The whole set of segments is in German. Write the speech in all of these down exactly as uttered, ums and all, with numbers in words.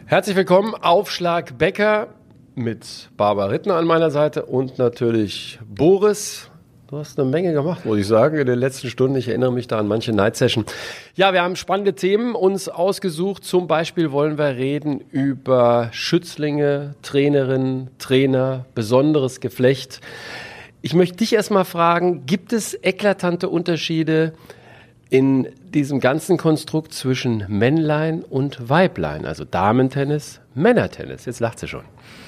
Herzlich willkommen, Aufschlag Becker mit Barbara Rittner an meiner Seite und natürlich Boris. Du hast eine Menge gemacht, muss ich sagen, in den letzten Stunden. Ich erinnere mich da an manche Night Session. Ja, wir haben spannende Themen uns ausgesucht. Zum Beispiel wollen wir reden über Schützlinge, Trainerinnen, Trainer, besonderes Geflecht. Ich möchte dich erstmal fragen, gibt es eklatante Unterschiede in diesem ganzen Konstrukt zwischen Männlein und Weiblein, also Damentennis, Männertennis? Jetzt lacht sie schon.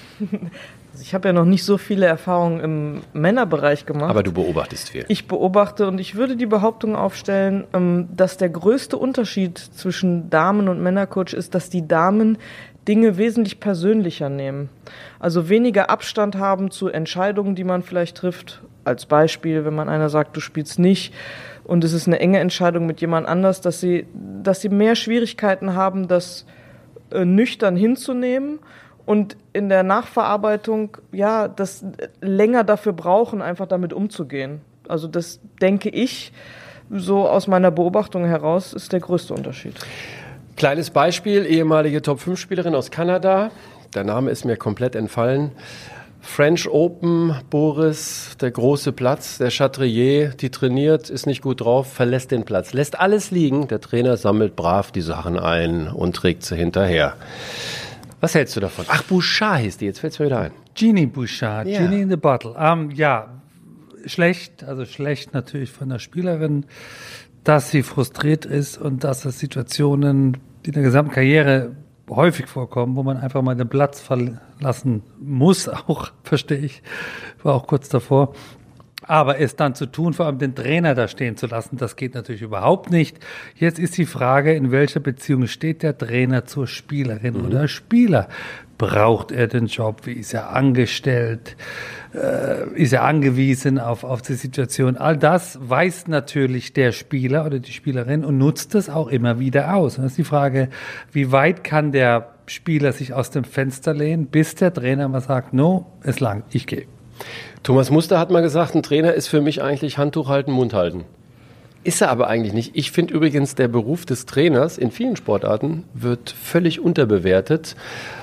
Also ich habe ja noch nicht so viele Erfahrungen im Männerbereich gemacht. Aber du beobachtest viel. Ich beobachte und ich würde die Behauptung aufstellen, dass der größte Unterschied zwischen Damen- und Männercoach ist, dass die Damen Dinge wesentlich persönlicher nehmen. Also weniger Abstand haben zu Entscheidungen, die man vielleicht trifft. Als Beispiel, wenn man einer sagt, du spielst nicht und es ist eine enge Entscheidung mit jemand anders, dass sie, dass sie mehr Schwierigkeiten haben, das äh, nüchtern hinzunehmen und in der Nachverarbeitung ja das länger dafür brauchen, einfach damit umzugehen. Also das denke ich, so aus meiner Beobachtung heraus, ist der größte Unterschied. Kleines Beispiel, ehemalige Top fünf Spielerin aus Kanada, der Name ist mir komplett entfallen. French Open, Boris, der große Platz, der Chatrier, die trainiert, ist nicht gut drauf, verlässt den Platz, lässt alles liegen. Der Trainer sammelt brav die Sachen ein und trägt sie hinterher. Was hältst du davon? Ach, Bouchard hieß die, jetzt fällt es mir wieder ein. Genie Bouchard, ja. Genie in the Bottle. Um, ja, schlecht, also schlecht natürlich von der Spielerin, dass sie frustriert ist und dass es Situationen, die in der gesamten Karriere häufig vorkommen, wo man einfach mal den Platz verlassen muss, auch, verstehe ich, war auch kurz davor. Aber es dann zu tun, vor allem den Trainer da stehen zu lassen, das geht natürlich überhaupt nicht. Jetzt ist die Frage, in welcher Beziehung steht der Trainer zur Spielerin mhm. oder Spieler? Braucht er den Job? Wie ist er angestellt? Äh, ist er angewiesen auf, auf die Situation? All das weiß natürlich der Spieler oder die Spielerin und nutzt das auch immer wieder aus. Und das ist die Frage, wie weit kann der Spieler sich aus dem Fenster lehnen, bis der Trainer mal sagt, no, es langt, ich gehe. Thomas Muster hat mal gesagt, ein Trainer ist für mich eigentlich Handtuch halten, Mund halten. Ist er aber eigentlich nicht. Ich finde übrigens, der Beruf des Trainers in vielen Sportarten wird völlig unterbewertet.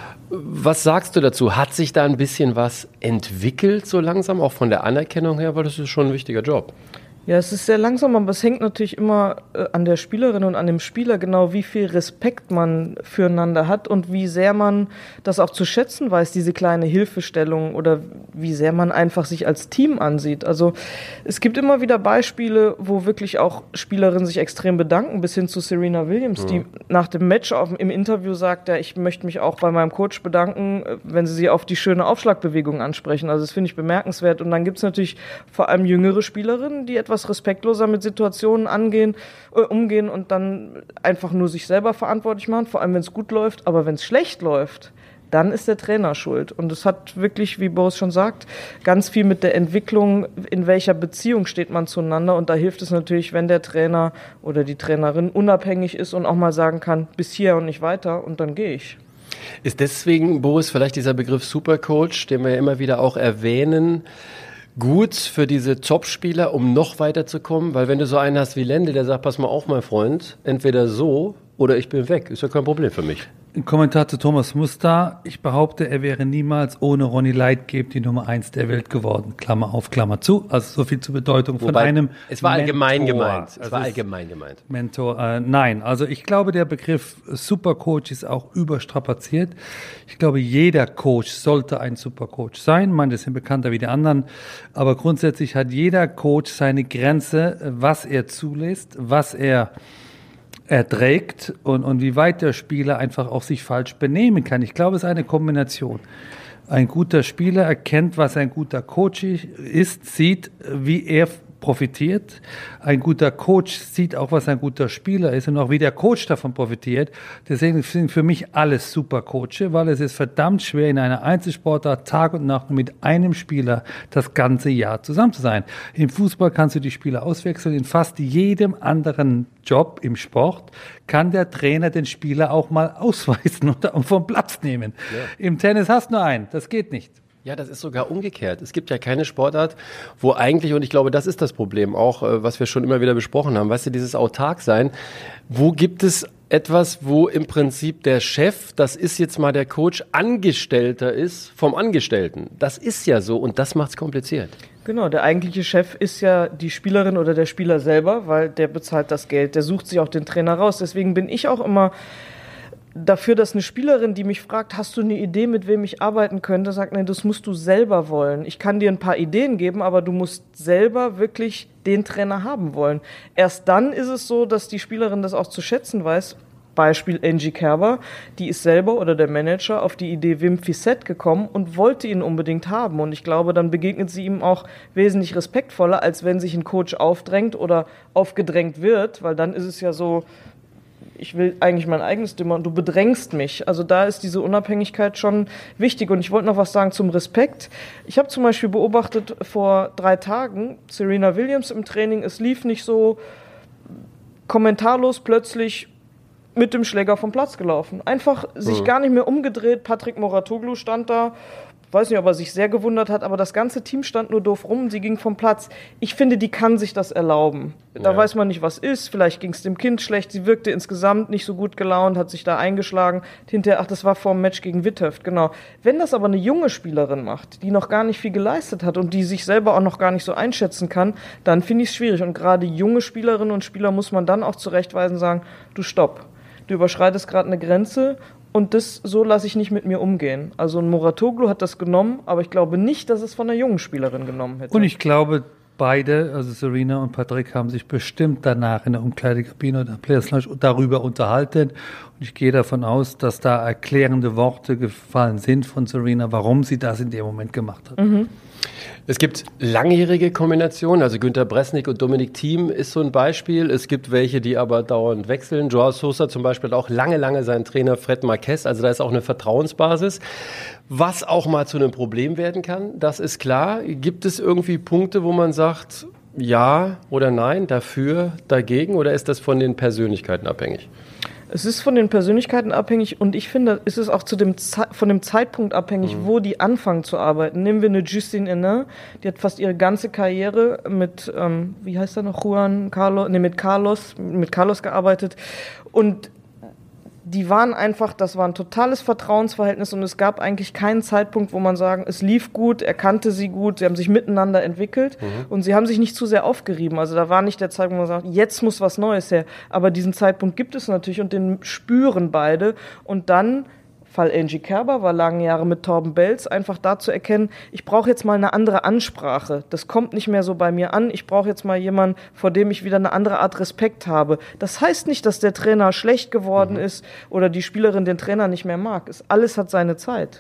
Was sagst du dazu? Hat sich da ein bisschen was entwickelt so langsam, auch von der Anerkennung her? Weil das ist schon ein wichtiger Job. Ja, es ist sehr langsam, aber es hängt natürlich immer äh, an der Spielerin und an dem Spieler genau, wie viel Respekt man füreinander hat und wie sehr man das auch zu schätzen weiß, diese kleine Hilfestellung oder wie sehr man einfach sich als Team ansieht. Also es gibt immer wieder Beispiele, wo wirklich auch Spielerinnen sich extrem bedanken, bis hin zu Serena Williams, ja. die nach dem Match auf, im Interview sagt, ja, ich möchte mich auch bei meinem Coach bedanken, wenn sie sie auf die schöne Aufschlagbewegung ansprechen. Also das finde ich bemerkenswert. Und dann gibt es natürlich vor allem jüngere Spielerinnen, die etwas respektloser mit Situationen angehen, äh, umgehen und dann einfach nur sich selber verantwortlich machen, vor allem wenn es gut läuft. Aber wenn es schlecht läuft, dann ist der Trainer schuld. Und es hat wirklich, wie Boris schon sagt, ganz viel mit der Entwicklung, in welcher Beziehung steht man zueinander. Und da hilft es natürlich, wenn der Trainer oder die Trainerin unabhängig ist und auch mal sagen kann, bis hier und nicht weiter und dann gehe ich. Ist deswegen, Boris, vielleicht dieser Begriff Supercoach, den wir ja immer wieder auch erwähnen, gut für diese Top-Spieler, um noch weiterzukommen? Weil wenn du so einen hast wie Lendl, der sagt, pass mal auf, mein Freund, entweder so oder ich bin weg. Ist ja kein Problem für mich. Ein Kommentar zu Thomas Muster. Ich behaupte, er wäre niemals ohne Ronny Leitgeb die Nummer eins der Welt geworden. Klammer auf, Klammer zu. Also so viel zur Bedeutung von Wobei, einem Es war allgemein Mentor. gemeint. Es also war allgemein gemeint. Mentor, äh, nein. Also ich glaube, der Begriff Supercoach ist auch überstrapaziert. Ich glaube, jeder Coach sollte ein Supercoach sein. Manche sind bekannter wie die anderen. Aber grundsätzlich hat jeder Coach seine Grenze, was er zulässt, was er erträgt und, und wie weit der Spieler einfach auch sich falsch benehmen kann. Ich glaube, es ist eine Kombination. Ein guter Spieler erkennt, was ein guter Coach ist, sieht, wie er profitiert. Ein guter Coach sieht auch, was ein guter Spieler ist und auch wie der Coach davon profitiert. Deswegen sind für mich alles Supercoache, weil es ist verdammt schwer, in einer Einzelsportart Tag und Nacht mit einem Spieler das ganze Jahr zusammen zu sein. Im Fußball kannst du die Spieler auswechseln. In fast jedem anderen Job im Sport kann der Trainer den Spieler auch mal ausweisen und vom Platz nehmen. Ja. Im Tennis hast du nur einen. Das geht nicht. Ja, das ist sogar umgekehrt. Es gibt ja keine Sportart, wo eigentlich, und ich glaube, das ist das Problem auch, was wir schon immer wieder besprochen haben, weißt du, dieses Autarksein, wo gibt es etwas, wo im Prinzip der Chef, das ist jetzt mal der Coach, Angestellter ist vom Angestellten. Das ist ja so und das macht es kompliziert. Genau, der eigentliche Chef ist ja die Spielerin oder der Spieler selber, weil der bezahlt das Geld, der sucht sich auch den Trainer raus. Deswegen bin ich auch immer dafür, dass eine Spielerin, die mich fragt, hast du eine Idee, mit wem ich arbeiten könnte, sagt, nein, das musst du selber wollen. Ich kann dir ein paar Ideen geben, aber du musst selber wirklich den Trainer haben wollen. Erst dann ist es so, dass die Spielerin das auch zu schätzen weiß. Beispiel Angie Kerber, die ist selber oder der Manager auf die Idee Wim Fissette gekommen und wollte ihn unbedingt haben. Und ich glaube, dann begegnet sie ihm auch wesentlich respektvoller, als wenn sich ein Coach aufdrängt oder aufgedrängt wird, weil dann ist es ja so, ich will eigentlich mein eigenes Ding und du bedrängst mich. Also da ist diese Unabhängigkeit schon wichtig. Und ich wollte noch was sagen zum Respekt. Ich habe zum Beispiel beobachtet vor drei Tagen Serena Williams im Training, es lief nicht so, kommentarlos plötzlich mit dem Schläger vom Platz gelaufen. Einfach sich mhm. gar nicht mehr umgedreht. Patrick Mouratoglou stand da. Weiß nicht, ob er sich sehr gewundert hat, aber das ganze Team stand nur doof rum. Sie ging vom Platz. Ich finde, die kann sich das erlauben. Da ja. weiß man nicht, was ist. Vielleicht ging es dem Kind schlecht. Sie wirkte insgesamt nicht so gut gelaunt, hat sich da eingeschlagen. Hinterher, ach, das war vor dem Match gegen Witthöft, genau. Wenn das aber eine junge Spielerin macht, die noch gar nicht viel geleistet hat und die sich selber auch noch gar nicht so einschätzen kann, dann finde ich es schwierig. Und gerade junge Spielerinnen und Spieler muss man dann auch zurechtweisen, sagen, du stopp. Du überschreitest gerade eine Grenze und das so lasse ich nicht mit mir umgehen. Also ein Mouratoglou hat das genommen, aber ich glaube nicht, dass es von einer jungen Spielerin genommen hätte. Und ich glaube, beide, also Serena und Patrick, haben sich bestimmt danach in der Umkleidekabine oder Players Lounge darüber unterhalten. Und ich gehe davon aus, dass da erklärende Worte gefallen sind von Serena, warum sie das in dem Moment gemacht hat. Mhm. Es gibt langjährige Kombinationen, also Günter Bresnik und Dominic Thiem ist so ein Beispiel. Es gibt welche, die aber dauernd wechseln. Joao Sousa zum Beispiel hat auch lange, lange seinen Trainer Fred Marquez, also da ist auch eine Vertrauensbasis. Was auch mal zu einem Problem werden kann, das ist klar. Gibt es irgendwie Punkte, wo man sagt, ja oder nein, dafür, dagegen, oder ist das von den Persönlichkeiten abhängig? Es ist von den Persönlichkeiten abhängig und ich finde, es ist auch zu dem Ze- von dem Zeitpunkt abhängig, mhm. wo die anfangen zu arbeiten. Nehmen wir eine Justine Henin, die hat fast ihre ganze Karriere mit, ähm, wie heißt er noch, Juan Carlos, nee, mit Carlos, mit Carlos gearbeitet und die waren einfach, das war ein totales Vertrauensverhältnis und es gab eigentlich keinen Zeitpunkt, wo man sagen, es lief gut, er kannte sie gut, sie haben sich miteinander entwickelt mhm. und sie haben sich nicht zu sehr aufgerieben. Also da war nicht der Zeitpunkt, wo man sagt, jetzt muss was Neues her. Aber diesen Zeitpunkt gibt es natürlich und den spüren beide. Und dann, Fall Angie Kerber war lange Jahre mit Torben Belz, einfach da zu erkennen, ich brauche jetzt mal eine andere Ansprache. Das kommt nicht mehr so bei mir an. Ich brauche jetzt mal jemanden, vor dem ich wieder eine andere Art Respekt habe. Das heißt nicht, dass der Trainer schlecht geworden mhm. ist oder die Spielerin den Trainer nicht mehr mag. Es, alles hat seine Zeit.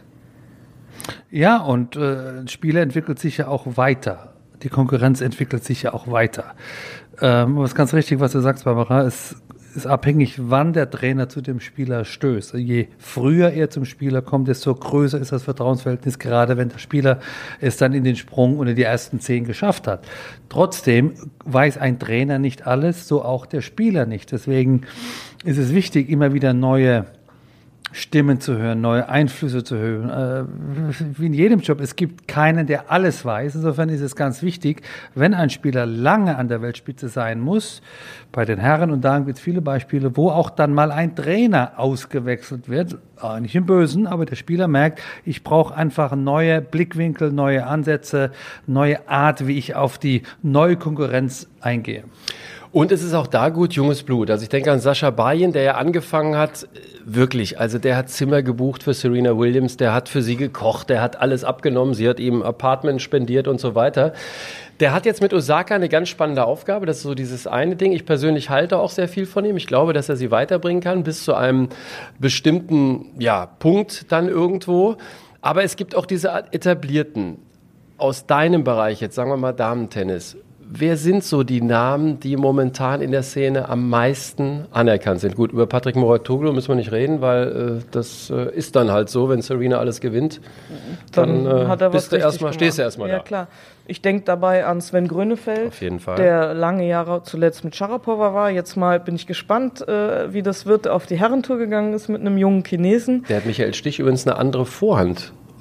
Ja, und äh, ein Spieler entwickelt sich ja auch weiter. Die Konkurrenz entwickelt sich ja auch weiter. Ähm, was ganz richtig, was du sagst, Barbara, ist ist abhängig, wann der Trainer zu dem Spieler stößt. Je früher er zum Spieler kommt, desto größer ist das Vertrauensverhältnis, gerade wenn der Spieler es dann in den Sprung unter die ersten zehn geschafft hat. Trotzdem weiß ein Trainer nicht alles, so auch der Spieler nicht. Deswegen ist es wichtig, immer wieder neue Stimmen zu hören, neue Einflüsse zu hören. Äh, wie in jedem Job, es gibt keinen, der alles weiß. Insofern ist es ganz wichtig, wenn ein Spieler lange an der Weltspitze sein muss, bei den Herren und Damen gibt es viele Beispiele, wo auch dann mal ein Trainer ausgewechselt wird, äh, nicht im Bösen, aber der Spieler merkt, ich brauche einfach neue Blickwinkel, neue Ansätze, neue Art, wie ich auf die neue Konkurrenz eingehe. Und es ist auch da gut junges Blut. Also ich denke an Sascha Bayen, der ja angefangen hat, wirklich, also der hat Zimmer gebucht für Serena Williams, der hat für sie gekocht, der hat alles abgenommen, sie hat ihm Apartment spendiert und so weiter. Der hat jetzt mit Osaka eine ganz spannende Aufgabe, das ist so dieses eine Ding. Ich persönlich halte auch sehr viel von ihm. Ich glaube, dass er sie weiterbringen kann bis zu einem bestimmten ja, Punkt dann irgendwo. Aber es gibt auch diese etablierten, aus deinem Bereich jetzt, sagen wir mal Damentennis. Wer sind so die Namen, die momentan in der Szene am meisten anerkannt sind? Gut, über Patrick Mouratoglou müssen wir nicht reden, weil äh, das äh, ist dann halt so, wenn Serena alles gewinnt, dann, dann äh, hat er bist du erstmal, stehst du erstmal ja, da. Ja, klar. Ich denke dabei an Sven Grönefeld, auf jeden Fall. Der lange Jahre zuletzt mit Sharapova war. Jetzt mal bin ich gespannt, äh, wie das wird, auf die Herrentour gegangen ist mit einem jungen Chinesen. Der hat Michael Stich übrigens eine andere Vorhand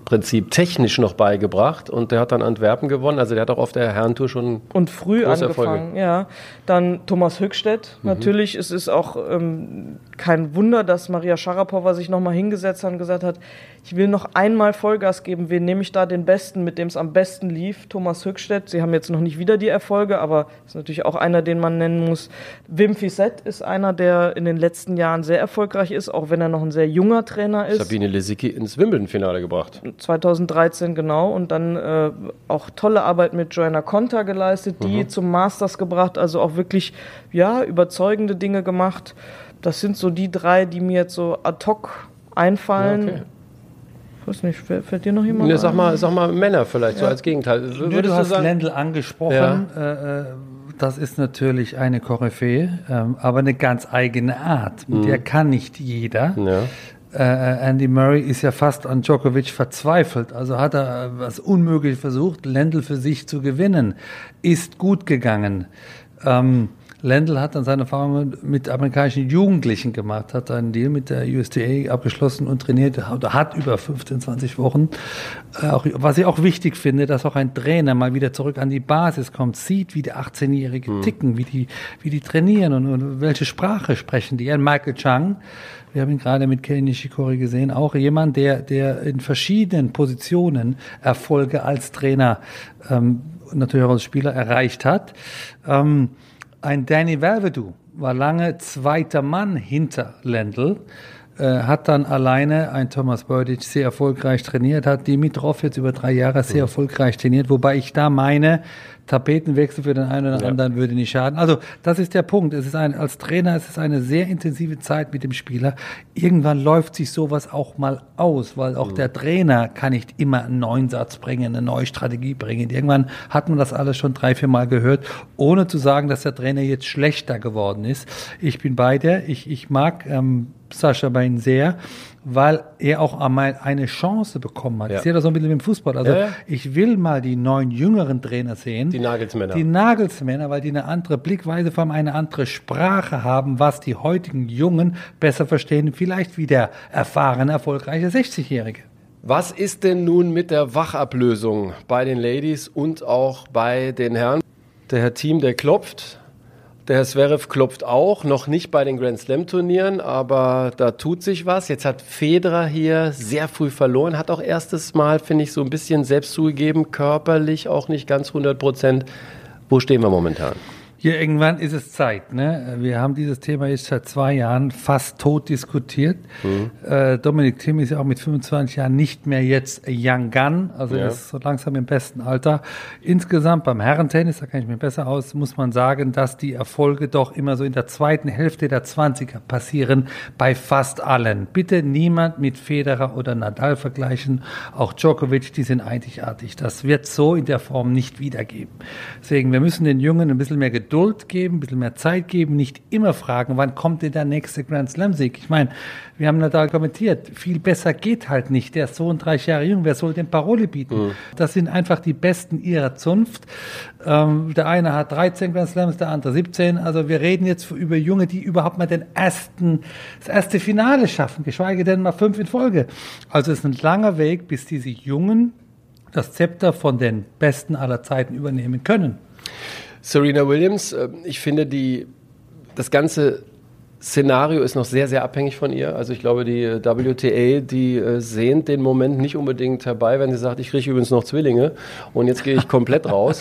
Prinzip technisch noch beigebracht und der hat dann Antwerpen gewonnen. Also der hat auch auf der Herrentour schon und früh große angefangen. Erfolge. Ja, dann Thomas Höchstedt. Mhm. Natürlich, es ist auch ähm, kein Wunder, dass Maria Sharapova sich nochmal hingesetzt hat und gesagt hat, ich will noch einmal Vollgas geben. Wen nehme ich da den Besten, mit dem es am besten lief? Thomas Höchstedt. Sie haben jetzt noch nicht wieder die Erfolge, aber ist natürlich auch einer, den man nennen muss. Wim Fissette ist einer, der in den letzten Jahren sehr erfolgreich ist, auch wenn er noch ein sehr junger Trainer ist. Sabine Lisicki ins Wimbledon-Finale gebracht. zweitausenddreizehn, genau. Und dann äh, auch tolle Arbeit mit Joanna Konta geleistet, die mhm. zum Masters gebracht, also auch wirklich, ja, überzeugende Dinge gemacht. Das sind so die drei, die mir jetzt so ad hoc einfallen. Okay. Ich weiß nicht, fällt dir noch jemand ne, sag mal, sag mal Männer vielleicht, ja. so als Gegenteil. Nö, du hast Lendl angesprochen. Ja. Äh, das ist natürlich eine Koryphäe, ähm, aber eine ganz eigene Art. Mit mhm. der kann nicht jeder. Ja. Äh, Andy Murray ist ja fast an Djokovic verzweifelt. Also hat er was Unmögliches versucht, Lendl für sich zu gewinnen. Ist gut gegangen. Ähm, Lendl hat dann seine Erfahrungen mit amerikanischen Jugendlichen gemacht, hat einen Deal mit der U S D A abgeschlossen und trainiert, oder hat über fünfzehn, zwanzig Wochen. Äh, auch, was ich auch wichtig finde, dass auch ein Trainer mal wieder zurück an die Basis kommt, sieht, wie die achtzehnjährigen mhm. ticken, wie die, wie die trainieren und, und welche Sprache sprechen die. Ja, Michael Chang, wir haben ihn gerade mit Kei Nishikori gesehen, auch jemand, der, der in verschiedenen Positionen Erfolge als Trainer, ähm, natürlich auch als Spieler erreicht hat. Ähm, Ein Danny Valverdue war lange zweiter Mann hinter Lendl, äh, hat dann alleine ein Thomas Berdych sehr erfolgreich trainiert, hat Dimitrov jetzt über drei Jahre sehr mhm. erfolgreich trainiert, wobei ich da meine, Tapetenwechsel für den einen oder ja. anderen würde nicht schaden. Also das ist der Punkt. Es ist ein, als Trainer es ist eine sehr intensive Zeit mit dem Spieler. Irgendwann läuft sich sowas auch mal aus, weil auch mhm. der Trainer kann nicht immer einen neuen Satz bringen, eine neue Strategie bringen. Irgendwann hat man das alles schon drei, vier Mal gehört, ohne zu sagen, dass der Trainer jetzt schlechter geworden ist. Ich bin bei dir. Ich, ich mag ähm, Sascha Bain sehr, weil er auch einmal eine Chance bekommen hat. Ja. Ich sehe das so ein bisschen im Fußball. Also ja, ja. ich will mal die neuen jüngeren Trainer sehen. Die Nagelsmänner. Die Nagelsmänner, weil die eine andere Blickweise, vor allem eine andere Sprache haben, was die heutigen Jungen besser verstehen, vielleicht wie der erfahrene, erfolgreiche sechzigjährige. Was ist denn nun mit der Wachablösung bei den Ladies und auch bei den Herren? Der Herr Thiem, der klopft. Der Herr Zverev klopft auch, noch nicht bei den Grand Slam Turnieren, aber da tut sich was. Jetzt hat Federer hier sehr früh verloren, hat auch erstes Mal, finde ich, so ein bisschen selbst zugegeben, körperlich auch nicht ganz hundert Prozent. Wo stehen wir momentan? Ja, irgendwann ist es Zeit. Ne? Wir haben dieses Thema jetzt seit zwei Jahren fast tot diskutiert. Mhm. Äh, Dominic Thiem ist ja auch mit fünfundzwanzig Jahren nicht mehr jetzt a young gun, also ja. ist so langsam im besten Alter. Insgesamt beim Herrentennis, da kenne ich mich besser aus, muss man sagen, dass die Erfolge doch immer so in der zweiten Hälfte der zwanziger passieren, bei fast allen. Bitte niemand mit Federer oder Nadal vergleichen, auch Djokovic, die sind einzigartig. Das wird so in der Form nicht wiedergeben. Deswegen, wir müssen den Jungen ein bisschen mehr Geduld Geduld geben, ein bisschen mehr Zeit geben, nicht immer fragen, wann kommt denn der nächste Grand Slam-Sieg? Ich meine, wir haben da kommentiert, viel besser geht halt nicht. Der ist zweiunddreißig Jahre jung, wer soll den Paroli bieten? Mhm. Das sind einfach die Besten ihrer Zunft. Ähm, der eine hat dreizehn Grand Slams, der andere siebzehn. Also wir reden jetzt über Junge, die überhaupt mal den ersten, das erste Finale schaffen, geschweige denn mal fünf in Folge. Also es ist ein langer Weg, bis diese Jungen das Zepter von den Besten aller Zeiten übernehmen können. Serena Williams, ich finde, die, das ganze Szenario ist noch sehr, sehr abhängig von ihr. Also ich glaube, die W T A, die sehnt den Moment nicht unbedingt herbei, wenn sie sagt, ich kriege übrigens noch Zwillinge und jetzt gehe ich komplett raus.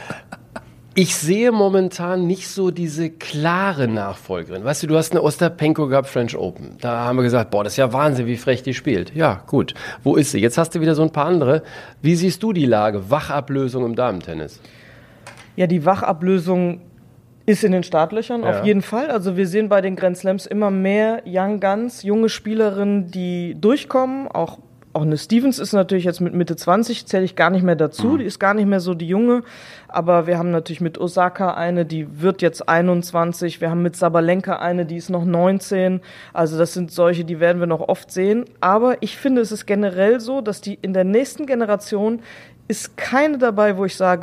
Ich sehe momentan nicht so diese klare Nachfolgerin. Weißt du, du hast eine Ostapenko gehabt, French Open. Da haben wir gesagt, boah, das ist ja Wahnsinn, wie frech die spielt. Ja, gut. Wo ist sie? Jetzt hast du wieder so ein paar andere. Wie siehst du die Lage? Wachablösung im Damentennis? Ja, die Wachablösung ist in den Startlöchern, ja. Auf jeden Fall. Also wir sehen bei den Grand Slams immer mehr Young Guns, junge Spielerinnen, die durchkommen. Auch, auch eine Stevens ist natürlich jetzt mit Mitte zwanzig, zähle ich gar nicht mehr dazu. Mhm. Die ist gar nicht mehr so die Junge. Aber wir haben natürlich mit Osaka eine, die wird jetzt einundzwanzig. Wir haben mit Sabalenka eine, die ist noch neunzehn. Also das sind solche, die werden wir noch oft sehen. Aber ich finde, es ist generell so, dass die in der nächsten Generation ist keine dabei, wo ich sage,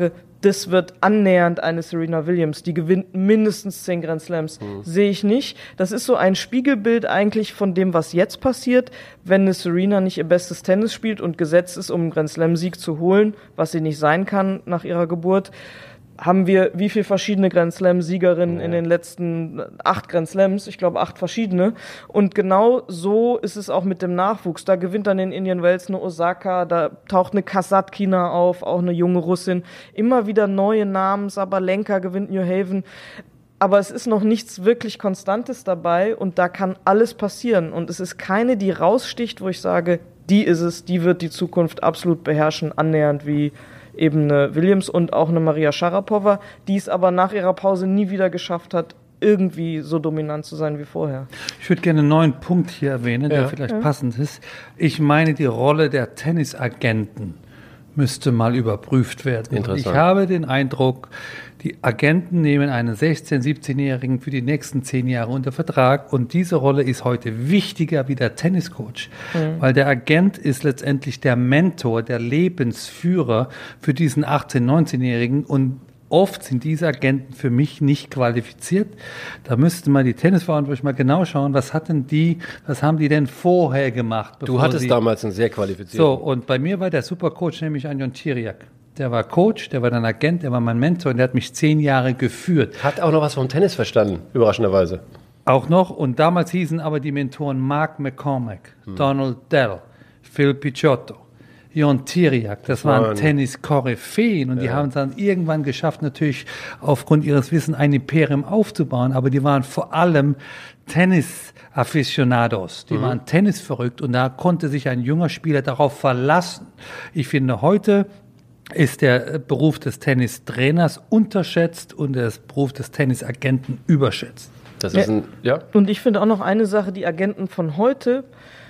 das wird annähernd eine Serena Williams, die gewinnt mindestens zehn Grand Slams. Mhm. Sehe ich nicht. Das ist so ein Spiegelbild eigentlich von dem, was jetzt passiert, wenn eine Serena nicht ihr bestes Tennis spielt und gesetzt ist, um einen Grand Slam-Sieg zu holen, was sie nicht sein kann nach ihrer Geburt. Haben wir wie viele verschiedene Grand Slam-Siegerinnen ja. in den letzten acht Grand Slams? Ich glaube, acht verschiedene. Und genau so ist es auch mit dem Nachwuchs. Da gewinnt dann in Indian Wells eine Osaka, da taucht eine Kasatkina auf, auch eine junge Russin. Immer wieder neue Namen, Sabalenka gewinnt New Haven. Aber es ist noch nichts wirklich Konstantes dabei und da kann alles passieren. Und es ist keine, die raussticht, wo ich sage, die ist es, die wird die Zukunft absolut beherrschen, annähernd wie eben eine Williams und auch eine Maria Sharapova, die es aber nach ihrer Pause nie wieder geschafft hat, irgendwie so dominant zu sein wie vorher. Ich würde gerne einen neuen Punkt hier erwähnen, ja. der vielleicht ja. passend ist. Ich meine, die Rolle der Tennisagenten müsste mal überprüft werden. Interessant. Ich habe den Eindruck, die Agenten nehmen einen sechzehn-, siebzehnjährigen für die nächsten zehn Jahre unter Vertrag und diese Rolle ist heute wichtiger wie der Tenniscoach, mhm. weil der Agent ist letztendlich der Mentor, der Lebensführer für diesen achtzehn-, neunzehnjährigen und oft sind diese Agenten für mich nicht qualifiziert. Da müssten mal die Tennisverantwortlichen mal genau schauen, was hatten die, was haben die denn vorher gemacht? Du hattest sie damals einen sehr qualifizierten. So, und bei mir war der Supercoach nämlich Anjon Tiriac. Der war Coach, der war dann Agent, der war mein Mentor und der hat mich zehn Jahre geführt. Hat auch noch was vom Tennis verstanden, überraschenderweise. Auch noch, und damals hießen aber die Mentoren Mark McCormack, hm. Donald Dell, Phil Picciotto, Jon Tiriac, das waren Mann. Tennis-Koryphäen und ja. die haben es dann irgendwann geschafft, natürlich aufgrund ihres Wissens ein Imperium aufzubauen, aber die waren vor allem Tennis-Aficionados, die mhm. waren Tennis verrückt und da konnte sich ein junger Spieler darauf verlassen. Ich finde, heute ist der Beruf des Tennistrainers unterschätzt und der Beruf des Tennisagenten überschätzt. Das ist ein, ja. Und ich finde auch noch eine Sache, die Agenten von heute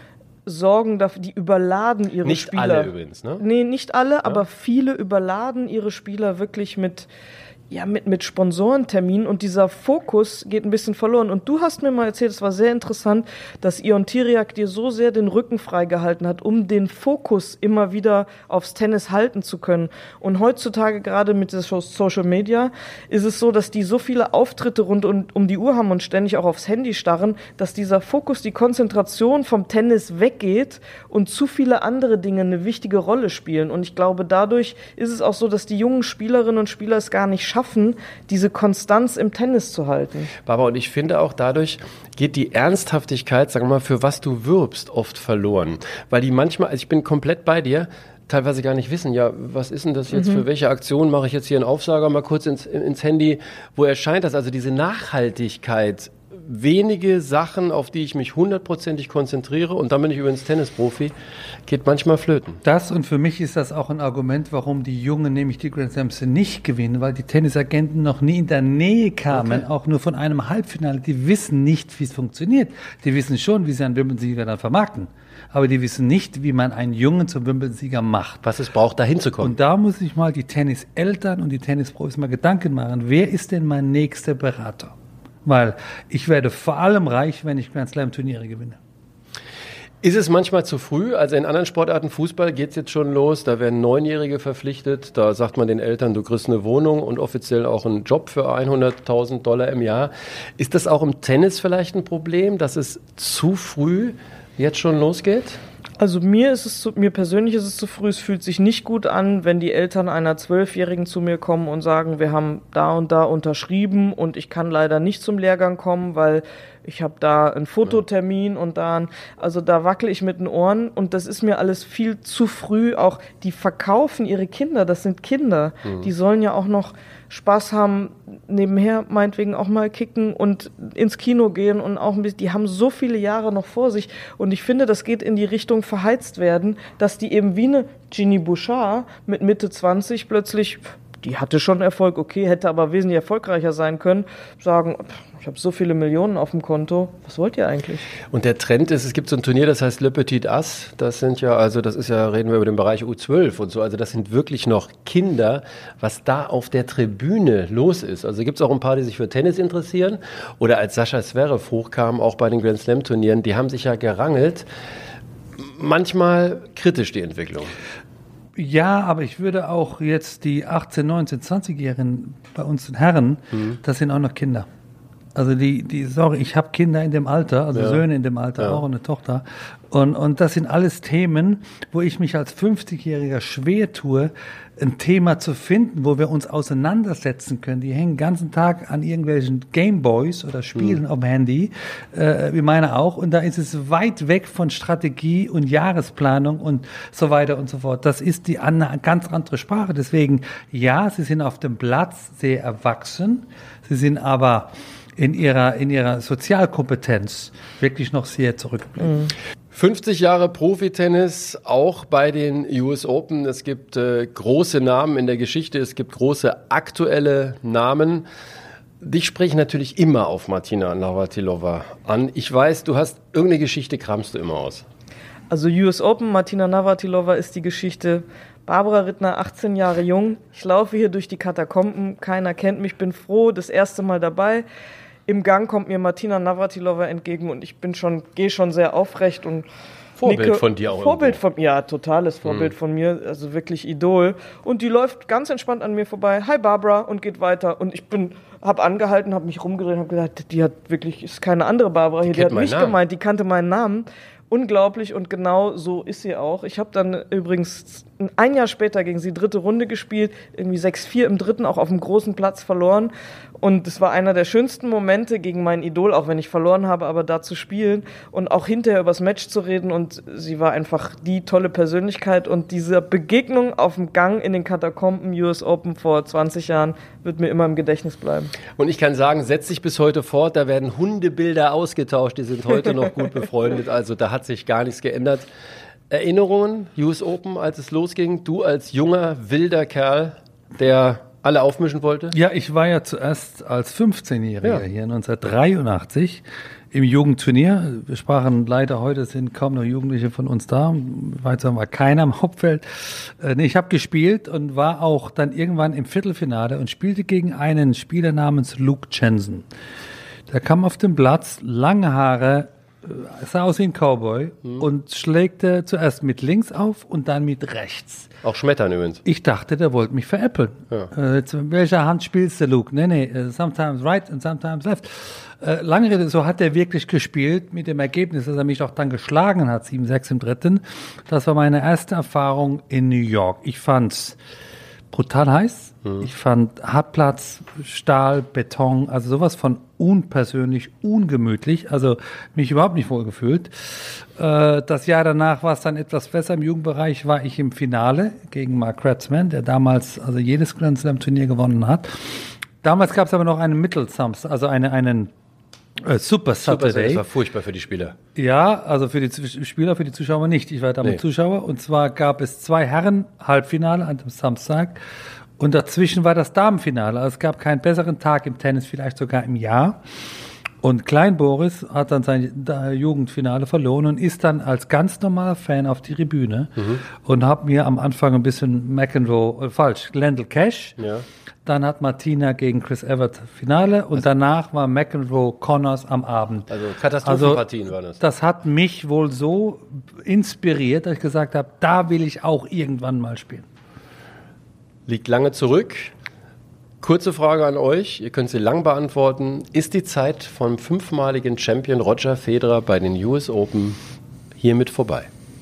sorgen dafür, die überladen ihre nicht Spieler. Nicht alle übrigens, ne? Nee, nicht alle, ja. aber viele überladen ihre Spieler wirklich mit, ja, mit, mit Sponsorenterminen und dieser Fokus geht ein bisschen verloren. Und du hast mir mal erzählt, es war sehr interessant, dass Jon Tiriac dir so sehr den Rücken freigehalten hat, um den Fokus immer wieder aufs Tennis halten zu können. Und heutzutage, gerade mit der Social Media, ist es so, dass die so viele Auftritte rund um, um die Uhr haben und ständig auch aufs Handy starren, dass dieser Fokus, die Konzentration vom Tennis weggeht und zu viele andere Dinge eine wichtige Rolle spielen. Und ich glaube, dadurch ist es auch so, dass die jungen Spielerinnen und Spieler es gar nicht schaffen, schaffen, diese Konstanz im Tennis zu halten. Barbara, und ich finde auch dadurch geht die Ernsthaftigkeit, sagen wir mal, für was du wirbst, oft verloren. Weil die manchmal, also ich bin komplett bei dir, teilweise gar nicht wissen, ja, was ist denn das jetzt, mhm. für welche Aktion mache ich jetzt hier einen Aufsager mal kurz ins, ins Handy, wo erscheint das? Also diese Nachhaltigkeit, wenige Sachen, auf die ich mich hundertprozentig konzentriere und dann bin ich übrigens Tennisprofi, geht manchmal flöten. Das und für mich ist das auch ein Argument, warum die Jungen nämlich die Grand Slams nicht gewinnen, weil die Tennisagenten noch nie in der Nähe kamen, okay. auch nur von einem Halbfinale. Die wissen nicht, wie es funktioniert. Die wissen schon, wie sie einen Wimbledon-Sieger dann vermarkten. Aber die wissen nicht, wie man einen Jungen zum Wimbledon-Sieger macht. Was es braucht, da hinzukommen. Und da muss ich mal die Tenniseltern und die Tennisprofis mal Gedanken machen. Wer ist denn mein nächster Berater? Weil ich werde vor allem reich, wenn ich Grand Slam Turniere gewinne. Ist es manchmal zu früh? Also in anderen Sportarten, Fußball geht es jetzt schon los, da werden Neunjährige verpflichtet, da sagt man den Eltern, du kriegst eine Wohnung und offiziell auch einen Job für hunderttausend Dollar im Jahr. Ist das auch im Tennis vielleicht ein Problem, dass es zu früh jetzt schon losgeht? Also mir ist es zu, mir persönlich ist es zu früh, es fühlt sich nicht gut an, wenn die Eltern einer Zwölfjährigen zu mir kommen und sagen, wir haben da und da unterschrieben und ich kann leider nicht zum Lehrgang kommen, weil ich habe da einen Fototermin und da, ein, also da wackel ich mit den Ohren und das ist mir alles viel zu früh. Auch die verkaufen ihre Kinder, das sind Kinder, mhm. die sollen ja auch noch Spaß haben, nebenher meinetwegen auch mal kicken und ins Kino gehen und auch ein bisschen, die haben so viele Jahre noch vor sich und ich finde, das geht in die Richtung verheizt werden, dass die eben wie eine Ginny Bouchard mit Mitte zwanzig plötzlich, die hatte schon Erfolg, okay, hätte aber wesentlich erfolgreicher sein können, sagen, ich habe so viele Millionen auf dem Konto, was wollt ihr eigentlich? Und der Trend ist, es gibt so ein Turnier, das heißt Le Petit As, das sind ja, also das ist ja, reden wir über den Bereich U zwölf und so, also das sind wirklich noch Kinder, was da auf der Tribüne los ist. Also gibt es auch ein paar, die sich für Tennis interessieren oder als Sascha Zverev hochkam, auch bei den Grand Slam Turnieren, die haben sich ja gerangelt, manchmal kritisch die Entwicklung. Ja, aber ich würde auch jetzt die achtzehn-, neunzehn-, zwanzigjährigen bei uns Herren, mhm. das sind auch noch Kinder. Also die, die, sorry, ich habe Kinder in dem Alter, also ja. Söhne in dem Alter, ja. auch eine Tochter. Und, und das sind alles Themen, wo ich mich als fünfzigjähriger schwer tue, ein Thema zu finden, wo wir uns auseinandersetzen können. Die hängen den ganzen Tag an irgendwelchen Gameboys oder Spielen mhm. auf dem Handy, äh, wie meine auch. Und da ist es weit weg von Strategie und Jahresplanung und so weiter und so fort. Das ist die eine ganz andere Sprache. Deswegen, ja, sie sind auf dem Platz sehr erwachsen. Sie sind aber in ihrer, in ihrer Sozialkompetenz wirklich noch sehr zurückgeblieben. Mhm. fünfzig Jahre Profitennis, auch bei den U S Open. Es gibt äh, große Namen in der Geschichte, es gibt große aktuelle Namen. Dich sprechen natürlich immer auf Martina Navratilova an. Ich weiß, du hast irgendeine Geschichte, kramst du immer aus. Also U S Open, Martina Navratilova ist die Geschichte. Barbara Rittner, achtzehn Jahre jung. Ich laufe hier durch die Katakomben, keiner kennt mich, bin froh, das erste Mal dabei. Im Gang kommt mir Martina Navratilova entgegen und ich bin schon, gehe schon sehr aufrecht und Vorbild nicke. von dir auch. Vorbild irgendwo. von ja, totales Vorbild mhm. von mir, also wirklich Idol. Und die läuft ganz entspannt an mir vorbei. Hi Barbara und geht weiter. Und ich bin, habe angehalten, habe mich rumgedreht, habe gesagt, die hat wirklich, ist keine andere Barbara hier, die, die hat mich Namen. gemeint, die kannte meinen Namen. Unglaublich und genau so ist sie auch. Ich habe dann übrigens ein Jahr später gegen sie dritte Runde gespielt, irgendwie sechs vier im dritten, auch auf dem großen Platz verloren. Und es war einer der schönsten Momente gegen mein Idol, auch wenn ich verloren habe, aber da zu spielen und auch hinterher über das Match zu reden. Und sie war einfach die tolle Persönlichkeit. Und diese Begegnung auf dem Gang in den Katakomben U S Open vor zwanzig Jahren wird mir immer im Gedächtnis bleiben. Und ich kann sagen, setzt sich bis heute fort, da werden Hundebilder ausgetauscht, die sind heute noch gut befreundet. Also da hat sich gar nichts geändert. Erinnerungen, U S Open, als es losging, du als junger, wilder Kerl, der alle aufmischen wollte? Ja, ich war ja zuerst als fünfzehnjähriger ja. hier neunzehnhundertdreiundachtzig im Jugendturnier. Wir sprachen leider, heute sind kaum noch Jugendliche von uns da. Weiter war keiner im Hauptfeld. Äh, nee, ich habe gespielt und war auch dann irgendwann im Viertelfinale und spielte gegen einen Spieler namens Luke Jensen. Der kam auf den Platz, lange Haare, sah aus wie ein Cowboy mhm. und schlägte zuerst mit links auf und dann mit rechts. Auch Schmettern übrigens. Ich dachte, der wollte mich veräppeln. Ja. Äh, zu welcher Hand spielst du, Luke? Nee, nee, sometimes right and sometimes left. Äh, lange Rede, so hat er wirklich gespielt, mit dem Ergebnis, dass er mich auch dann geschlagen hat, sieben sechs im dritten. Das war meine erste Erfahrung in New York. Ich fand's brutal heiß. Mhm. Ich fand Hartplatz, Stahl, Beton, also sowas von unpersönlich, ungemütlich, also mich überhaupt nicht wohlgefühlt. Äh, das Jahr danach war es dann etwas besser. Im Jugendbereich war ich im Finale gegen Mark Kratzman, der damals also jedes Grand Slam Turnier gewonnen hat. Damals gab es aber noch einen Mittelsamstag, also eine, einen äh, Super Saturday. Super, das war furchtbar für die Spieler. Ja, also für die Spieler, für die Zuschauer nicht. Ich war damals nee. Zuschauer. Und zwar gab es zwei Herren-Halbfinale an dem Samstag. Und dazwischen war das Damenfinale. Also es gab keinen besseren Tag im Tennis, vielleicht sogar im Jahr. Und Klein Boris hat dann sein Jugendfinale verloren und ist dann als ganz normaler Fan auf die Tribüne mhm. und hat mir am Anfang ein bisschen McEnroe, äh, falsch, Lendl Cash. Ja. Dann hat Martina gegen Chris Evert Finale und also, danach war McEnroe Connors am Abend. Also Katastrophenpartien also, waren das. Das hat mich wohl so inspiriert, dass ich gesagt habe, da will ich auch irgendwann mal spielen. Liegt lange zurück. Kurze Frage an euch, ihr könnt sie lang beantworten. Ist die Zeit vom fünfmaligen Champion Roger Federer bei den U S Open hiermit vorbei?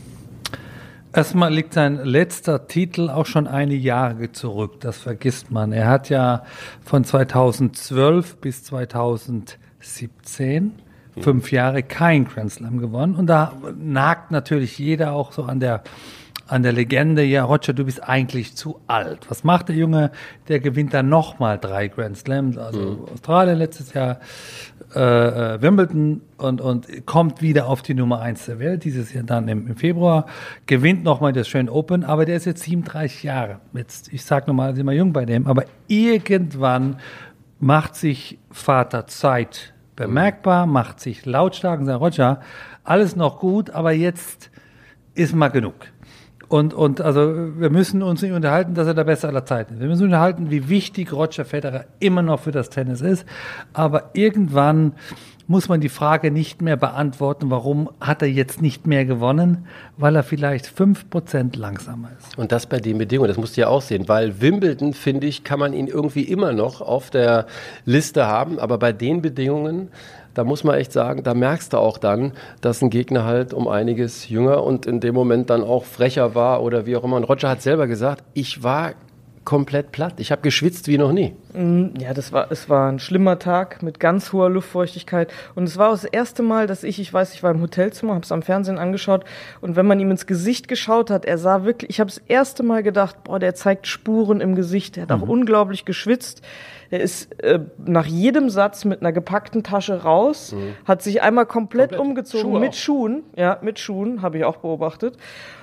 Erstmal liegt sein letzter Titel auch schon einige Jahre zurück, das vergisst man. Er hat ja von zweitausendzwölf bis zweitausendsiebzehn hm. fünf Jahre kein Grand Slam gewonnen. Und da nagt natürlich jeder auch so an der an der Legende, ja, Roger, du bist eigentlich zu alt. Was macht der Junge? Der gewinnt dann nochmal drei Grand Slams, also mhm. Australien letztes Jahr, äh, Wimbledon und, und kommt wieder auf die Nummer eins der Welt, dieses Jahr dann im, im Februar, gewinnt nochmal das Australian Open, aber der ist jetzt siebenunddreißig Jahre. Jetzt, ich sag nochmal, ist immer jung bei dem, aber irgendwann macht sich Vater Zeit bemerkbar, mhm. macht sich lautstark und sagt, Roger, alles noch gut, aber jetzt ist mal genug. Und, und also wir müssen uns nicht unterhalten, dass er der Beste aller Zeiten ist. Wir müssen uns unterhalten, wie wichtig Roger Federer immer noch für das Tennis ist. Aber irgendwann muss man die Frage nicht mehr beantworten, warum hat er jetzt nicht mehr gewonnen, weil er vielleicht fünf Prozent langsamer ist. Und das bei den Bedingungen, das musst du ja auch sehen, weil Wimbledon, finde ich, kann man ihn irgendwie immer noch auf der Liste haben, aber bei den Bedingungen, da muss man echt sagen, da merkst du auch dann, dass ein Gegner halt um einiges jünger und in dem Moment dann auch frecher war oder wie auch immer. Und Roger hat selber gesagt, ich war komplett platt. Ich habe geschwitzt wie noch nie. Ja, das war, es war ein schlimmer Tag mit ganz hoher Luftfeuchtigkeit. Und es war auch das erste Mal, dass ich, ich weiß, ich war im Hotelzimmer, habe es am Fernsehen angeschaut. Und wenn man ihm ins Gesicht geschaut hat, er sah wirklich, ich habe das erste Mal gedacht, boah, der zeigt Spuren im Gesicht. Er hat mhm. auch unglaublich geschwitzt. Er ist äh, nach jedem Satz mit einer gepackten Tasche raus, mhm. hat sich einmal komplett, komplett. umgezogen Schuhe mit auch. Schuhen. Ja, mit Schuhen, habe ich auch beobachtet.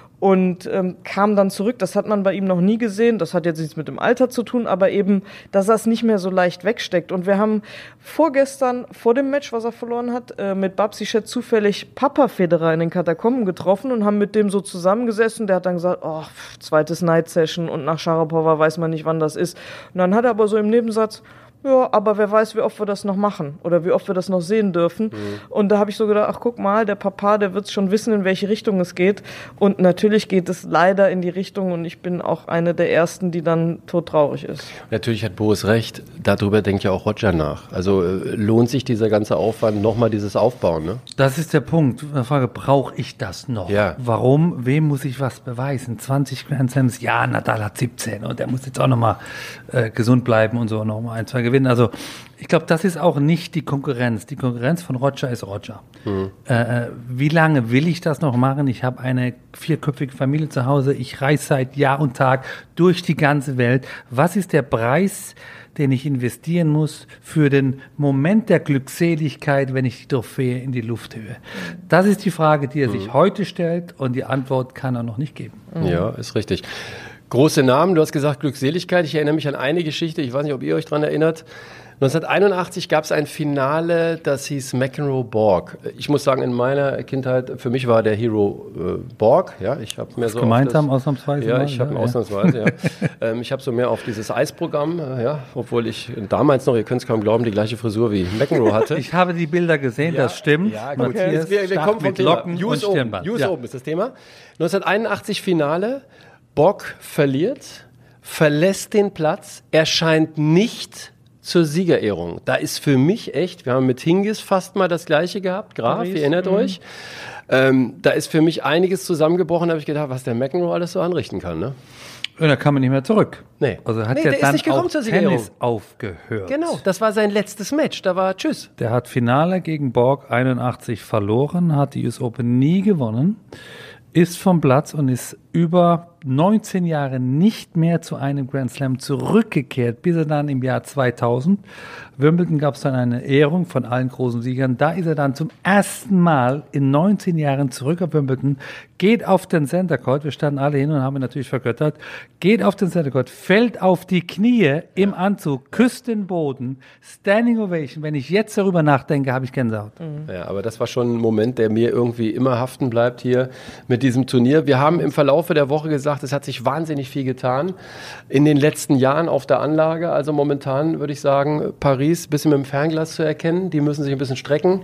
Und ähm, kam dann zurück, das hat man bei ihm noch nie gesehen, das hat jetzt nichts mit dem Alter zu tun, aber eben, dass er es nicht mehr so leicht wegsteckt. Und wir haben vorgestern, vor dem Match, was er verloren hat, äh, mit Babsi Chet zufällig Papa Federer in den Katakomben getroffen und haben mit dem so zusammengesessen. Der hat dann gesagt, oh, zweites Night Session und nach Sharapova weiß man nicht, wann das ist. Und dann hat er aber so im Nebensatz, ja, aber wer weiß, wie oft wir das noch machen oder wie oft wir das noch sehen dürfen. Mhm. Und da habe ich so gedacht, ach guck mal, der Papa, der wird schon wissen, in welche Richtung es geht. Und natürlich geht es leider in die Richtung und ich bin auch eine der Ersten, die dann todtraurig ist. Natürlich hat Boris recht, darüber denkt ja auch Roger nach. Also äh, lohnt sich dieser ganze Aufwand, nochmal dieses Aufbauen, ne? Das ist der Punkt. Die Frage, brauche ich das noch? Ja. Warum? Wem muss ich was beweisen? zwanzig Grand Slams, ja, Nadal hat siebzehn und der muss jetzt auch nochmal äh, gesund bleiben und so nochmal ein, zwei gewinnen. Also ich glaube, das ist auch nicht die Konkurrenz. Die Konkurrenz von Roger ist Roger. Mhm. Äh, wie lange will ich das noch machen? Ich habe eine vierköpfige Familie zu Hause. Ich reise seit Jahr und Tag durch die ganze Welt. Was ist der Preis, den ich investieren muss für den Moment der Glückseligkeit, wenn ich die Trophäe in die Luft höhe? Das ist die Frage, die er sich mhm. heute stellt und die Antwort kann er noch nicht geben. Mhm. Ja, ist richtig. Große Namen, du hast gesagt Glückseligkeit. Ich erinnere mich an eine Geschichte, ich weiß nicht, ob ihr euch daran erinnert. neunzehnhunderteinundachtzig gab es ein Finale, das hieß McEnroe-Borg. Ich muss sagen, in meiner Kindheit, für mich war der Hero äh, Borg. Ja, ich habe mehr so gemeint haben, ausnahmsweise. Ja, ich habe ja, ausnahmsweise, ja. ähm, ich habe so mehr auf dieses Eisprogramm, äh, ja, obwohl ich damals noch, ihr könnt es kaum glauben, die gleiche Frisur wie McEnroe hatte. Ich habe die Bilder gesehen, ja, das stimmt. Ja, gut. Okay. Wir, wir kommen vom Thema. Locken Use und Stirnband. Use ja. Open ist das Thema. neunzehnhunderteinundachtzig Finale. Borg verliert, verlässt den Platz, erscheint nicht zur Siegerehrung. Da ist für mich echt, wir haben mit Hingis fast mal das Gleiche gehabt, Graf, Paris, ihr erinnert mh. euch. Ähm, da ist für mich einiges zusammengebrochen, da habe ich gedacht, was der McEnroe alles so anrichten kann, ne? Und da kam man nicht mehr zurück. Nee. Also hat nee, der, der dann ist nicht auch zur Siegerehrung. Tennis aufgehört. Genau, das war sein letztes Match, da war Tschüss. Der hat Finale gegen Borg einundachtzig verloren, hat die U S Open nie gewonnen, ist vom Platz und ist über neunzehn Jahre nicht mehr zu einem Grand Slam zurückgekehrt, bis er dann im Jahr zweitausend, Wimbledon gab es dann eine Ehrung von allen großen Siegern, da ist er dann zum ersten Mal in neunzehn Jahren zurück auf Wimbledon, geht auf den Center Court, wir standen alle hin und haben ihn natürlich vergöttert, geht auf den Center Court, fällt auf die Knie im Anzug, küsst den Boden, Standing Ovation, wenn ich jetzt darüber nachdenke, habe ich Gänsehaut. Mhm. Ja, aber das war schon ein Moment, der mir irgendwie immer haften bleibt hier mit diesem Turnier. Wir haben im Verlaufe der Woche gesagt, es hat sich wahnsinnig viel getan in den letzten Jahren auf der Anlage. Also momentan würde ich sagen, Paris ein bisschen mit dem Fernglas zu erkennen. Die müssen sich ein bisschen strecken.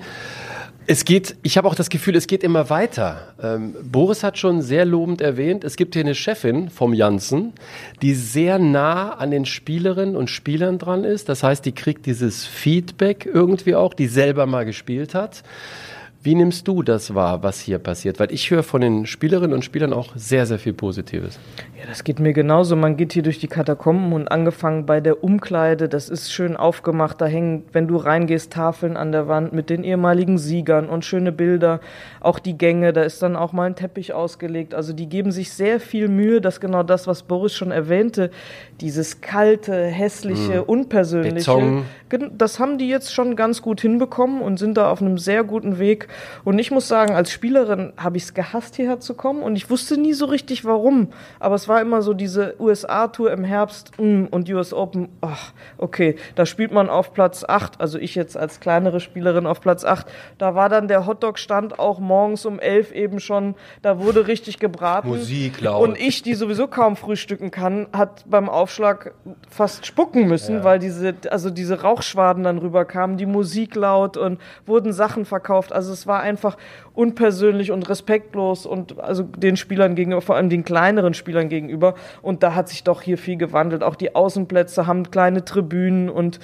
Es geht, ich habe auch das Gefühl, es geht immer weiter. Ähm, Boris hat schon sehr lobend erwähnt, es gibt hier eine Chefin vom Janssen, die sehr nah an den Spielerinnen und Spielern dran ist. Das heißt, die kriegt dieses Feedback irgendwie auch, die selber mal gespielt hat. Wie nimmst du das wahr, was hier passiert? Weil ich höre von den Spielerinnen und Spielern auch sehr, sehr viel Positives. Ja, das geht mir genauso. Man geht hier durch die Katakomben und angefangen bei der Umkleide, das ist schön aufgemacht. Da hängen, wenn du reingehst, Tafeln an der Wand mit den ehemaligen Siegern und schöne Bilder. Auch die Gänge, da ist dann auch mal ein Teppich ausgelegt. Also die geben sich sehr viel Mühe, dass genau das, was Boris schon erwähnte, dieses kalte, hässliche, mm. unpersönliche, Beton. Das haben die jetzt schon ganz gut hinbekommen und sind da auf einem sehr guten Weg. zurück. Und ich muss sagen, als Spielerin habe ich es gehasst, hierher zu kommen. Und ich wusste nie so richtig, warum. Aber es war immer so diese U S A-Tour im Herbst mh, und U S Open. Ach, okay, da spielt man auf Platz acht. Also ich jetzt als kleinere Spielerin auf Platz acht. Da war dann der Hotdog-Stand auch morgens um elf eben schon. Da wurde richtig gebraten. Musik laut. Und ich, die sowieso kaum frühstücken kann, hat beim Aufschlag fast spucken müssen, ja. weil diese, also diese Rauchschwaden dann rüberkamen, die Musik laut und wurden Sachen verkauft. Also es war einfach unpersönlich und respektlos und also den Spielern gegenüber, vor allem den kleineren Spielern gegenüber. Und da hat sich doch hier viel gewandelt. Auch die Außenplätze haben kleine Tribünen und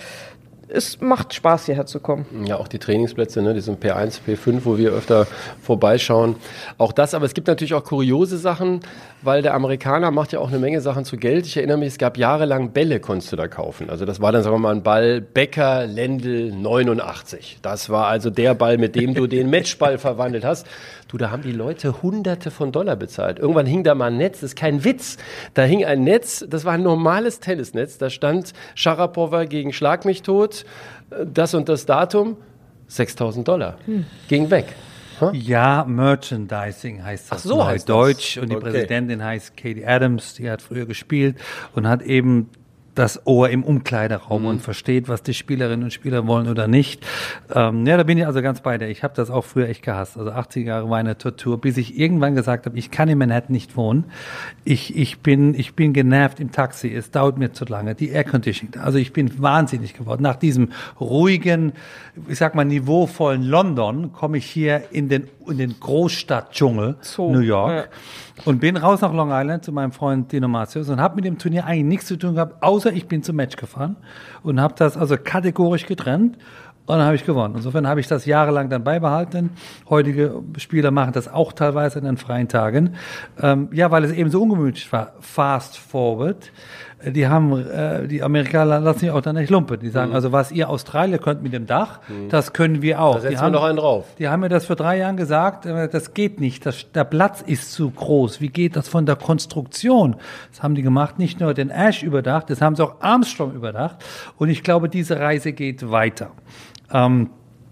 es macht Spaß, hierher zu kommen. Ja, auch die Trainingsplätze, ne, die sind P eins, P fünf, wo wir öfter vorbeischauen. Auch das, aber es gibt natürlich auch kuriose Sachen, weil der Amerikaner macht ja auch eine Menge Sachen zu Geld. Ich erinnere mich, es gab jahrelang Bälle, konntest du da kaufen. Also das war dann, sagen wir mal, ein Ball Becker Lendl neunundachtzig. Das war also der Ball, mit dem du den Matchball verwandelt hast. Du, da haben die Leute Hunderte von Dollar bezahlt. Irgendwann hing da mal ein Netz, das ist kein Witz. Da hing ein Netz, das war ein normales Tennisnetz, da stand Sharapova gegen Schlag mich tot, das und das Datum, sechstausend Dollar. Hm. Ging weg. Huh? Ja, Merchandising heißt das. Ach so, heißt Deutsch. das. Und die Okay. Präsidentin heißt Katie Adams, die hat früher gespielt und hat eben das Ohr im Umkleideraum mhm. und versteht, was die Spielerinnen und Spieler wollen oder nicht. Ähm, ja, da bin ich also ganz bei dir. Ich habe das auch früher echt gehasst. Also achtziger Jahre war eine Tortur, bis ich irgendwann gesagt habe, ich kann in Manhattan nicht wohnen. Ich, ich bin, ich bin genervt im Taxi. Es dauert mir zu lange. Die Airconditioning. Also ich bin wahnsinnig geworden. Nach diesem ruhigen, ich sag mal niveauvollen London komme ich hier in den, in den Großstadtdschungel so, New York. Ja. Und bin raus nach Long Island zu meinem Freund Dino Macios und habe mit dem Turnier eigentlich nichts zu tun gehabt, außer ich bin zum Match gefahren und habe das also kategorisch getrennt und dann habe ich gewonnen. Insofern habe ich das jahrelang dann beibehalten. Heutige Spieler machen das auch teilweise in den freien Tagen. Ähm, ja, weil es eben so ungemütlich war. Fast forward. Die haben, äh, die Amerikaner lassen sich auch dann nicht lumpen. Die sagen, mhm. also was ihr Australier könnt mit dem Dach, mhm. das können wir auch. Da setzen die wir haben, noch einen drauf. Die haben mir das vor drei Jahren gesagt, äh, das geht nicht, das, der Platz ist zu groß. Wie geht das von der Konstruktion? Das haben die gemacht, nicht nur den Ash überdacht, das haben sie auch Armstrong überdacht. Und ich glaube, diese Reise geht weiter. Ähm,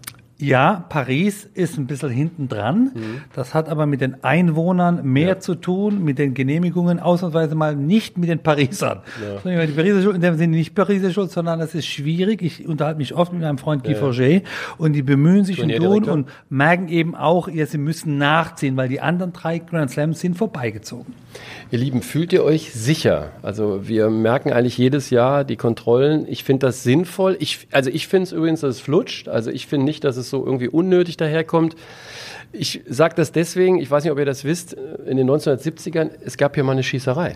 Ja, Paris ist ein bisschen hinten dran. Mhm. Das hat aber mit den Einwohnern mehr ja. zu tun, mit den Genehmigungen, ausnahmsweise mal nicht mit den Parisern. Ja. Die Pariser Schuld, in dem Sinne nicht Pariser Schuld, sondern es ist schwierig. Ich unterhalte mich oft mit meinem Freund Guy ja. Forget und die bemühen sich und tun und merken eben auch, ja, sie müssen nachziehen, weil die anderen drei Grand Slams sind vorbeigezogen. Ihr Lieben, fühlt ihr euch sicher? Also wir merken eigentlich jedes Jahr die Kontrollen. Ich finde das sinnvoll. Ich, also ich finde es übrigens, dass es flutscht. Also ich finde nicht, dass es so irgendwie unnötig daherkommt. Ich sage das deswegen, ich weiß nicht, ob ihr das wisst, in den neunzehnhundertsiebzigern, es gab hier mal eine Schießerei.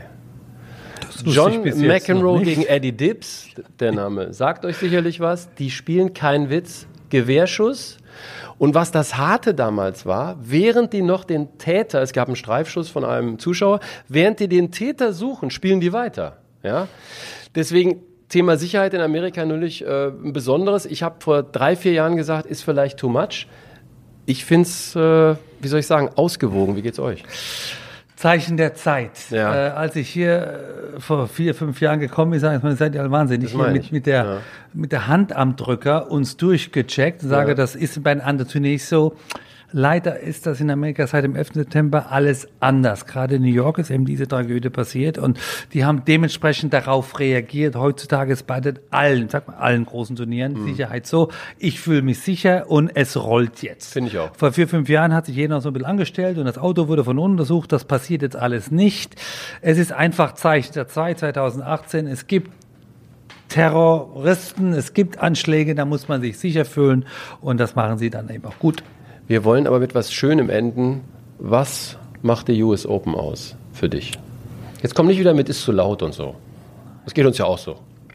John McEnroe gegen Eddie Dibbs, der Name sagt euch sicherlich was. Die spielen keinen Witz, Gewehrschuss. Und was das Harte damals war, während die noch den Täter, es gab einen Streifschuss von einem Zuschauer, während die den Täter suchen, spielen die weiter. Ja? Deswegen Thema Sicherheit in Amerika natürlich äh, ein besonderes. Ich habe vor drei, vier Jahren gesagt, ist vielleicht too much. Ich finde es, äh, wie soll ich sagen, ausgewogen. Wie geht's euch? Zeichen der Zeit. Ja. Äh, als ich hier äh, vor vier, fünf Jahren gekommen bin, sage ich, seid ihr alle wahnsinnig. Ich mit, mit, der, ja. mit der Hand am Drücker uns durchgecheckt und sage, ja. das ist bei den anderen Turniers so. Leider ist das in Amerika seit dem elften September alles anders. Gerade in New York ist eben diese Tragödie passiert und die haben dementsprechend darauf reagiert. Heutzutage ist bei den allen, sag mal, allen großen Turnieren mhm. Sicherheit so. Ich fühle mich sicher und es rollt jetzt. Finde ich auch. Vor vier, fünf Jahren hat sich jeder noch so ein bisschen angestellt und das Auto wurde von unten untersucht. Das passiert jetzt alles nicht. Es ist einfach Zeichen der Zeit zweitausendachtzehn. Es gibt Terroristen, es gibt Anschläge, da muss man sich sicher fühlen und das machen sie dann eben auch gut. Wir wollen aber mit was Schönem enden. Was macht die U S Open aus für dich? Jetzt komm nicht wieder mit, ist zu laut und so. Das geht uns ja auch so.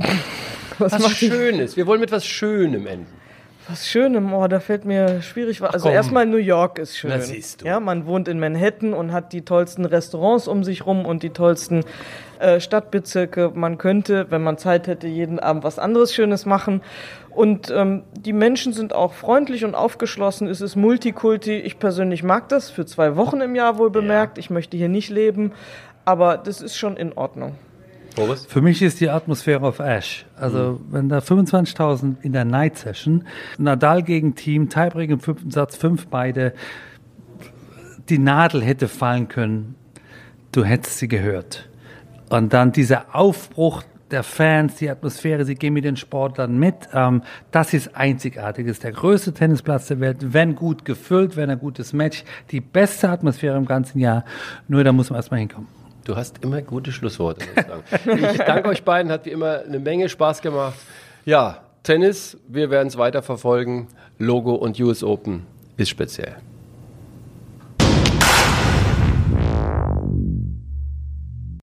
Was, was Schönes. Wir wollen mit was Schönem enden. Was Schönem, oh, da fällt mir schwierig. Also erstmal New York ist schön. Das siehst du. Ja, man wohnt in Manhattan und hat die tollsten Restaurants um sich rum und die tollsten äh, Stadtbezirke. Man könnte, wenn man Zeit hätte, jeden Abend was anderes Schönes machen. Und ähm, die Menschen sind auch freundlich und aufgeschlossen. Es ist Multikulti. Ich persönlich mag das. Für zwei Wochen im Jahr wohl bemerkt. Ja. Ich möchte hier nicht leben. Aber das ist schon in Ordnung. Boris? Für mich ist die Atmosphäre auf Ash. Also mhm. wenn da fünfundzwanzigtausend in der Night Session, Nadal gegen Team, Tiebreak im fünften Satz, fünf beide, die Nadel hätte fallen können, du hättest sie gehört. Und dann dieser Aufbruch der Fans, die Atmosphäre, sie gehen mit den Sportlern mit. Ähm, das ist einzigartig. Das ist der größte Tennisplatz der Welt, wenn gut gefüllt, wenn ein gutes Match, die beste Atmosphäre im ganzen Jahr. Nur da muss man erstmal hinkommen. Du hast immer gute Schlussworte, muss ich sagen. Ich danke euch beiden, hat wie immer eine Menge Spaß gemacht. Ja, Tennis, wir werden es weiter verfolgen. Logo und U S Open ist speziell.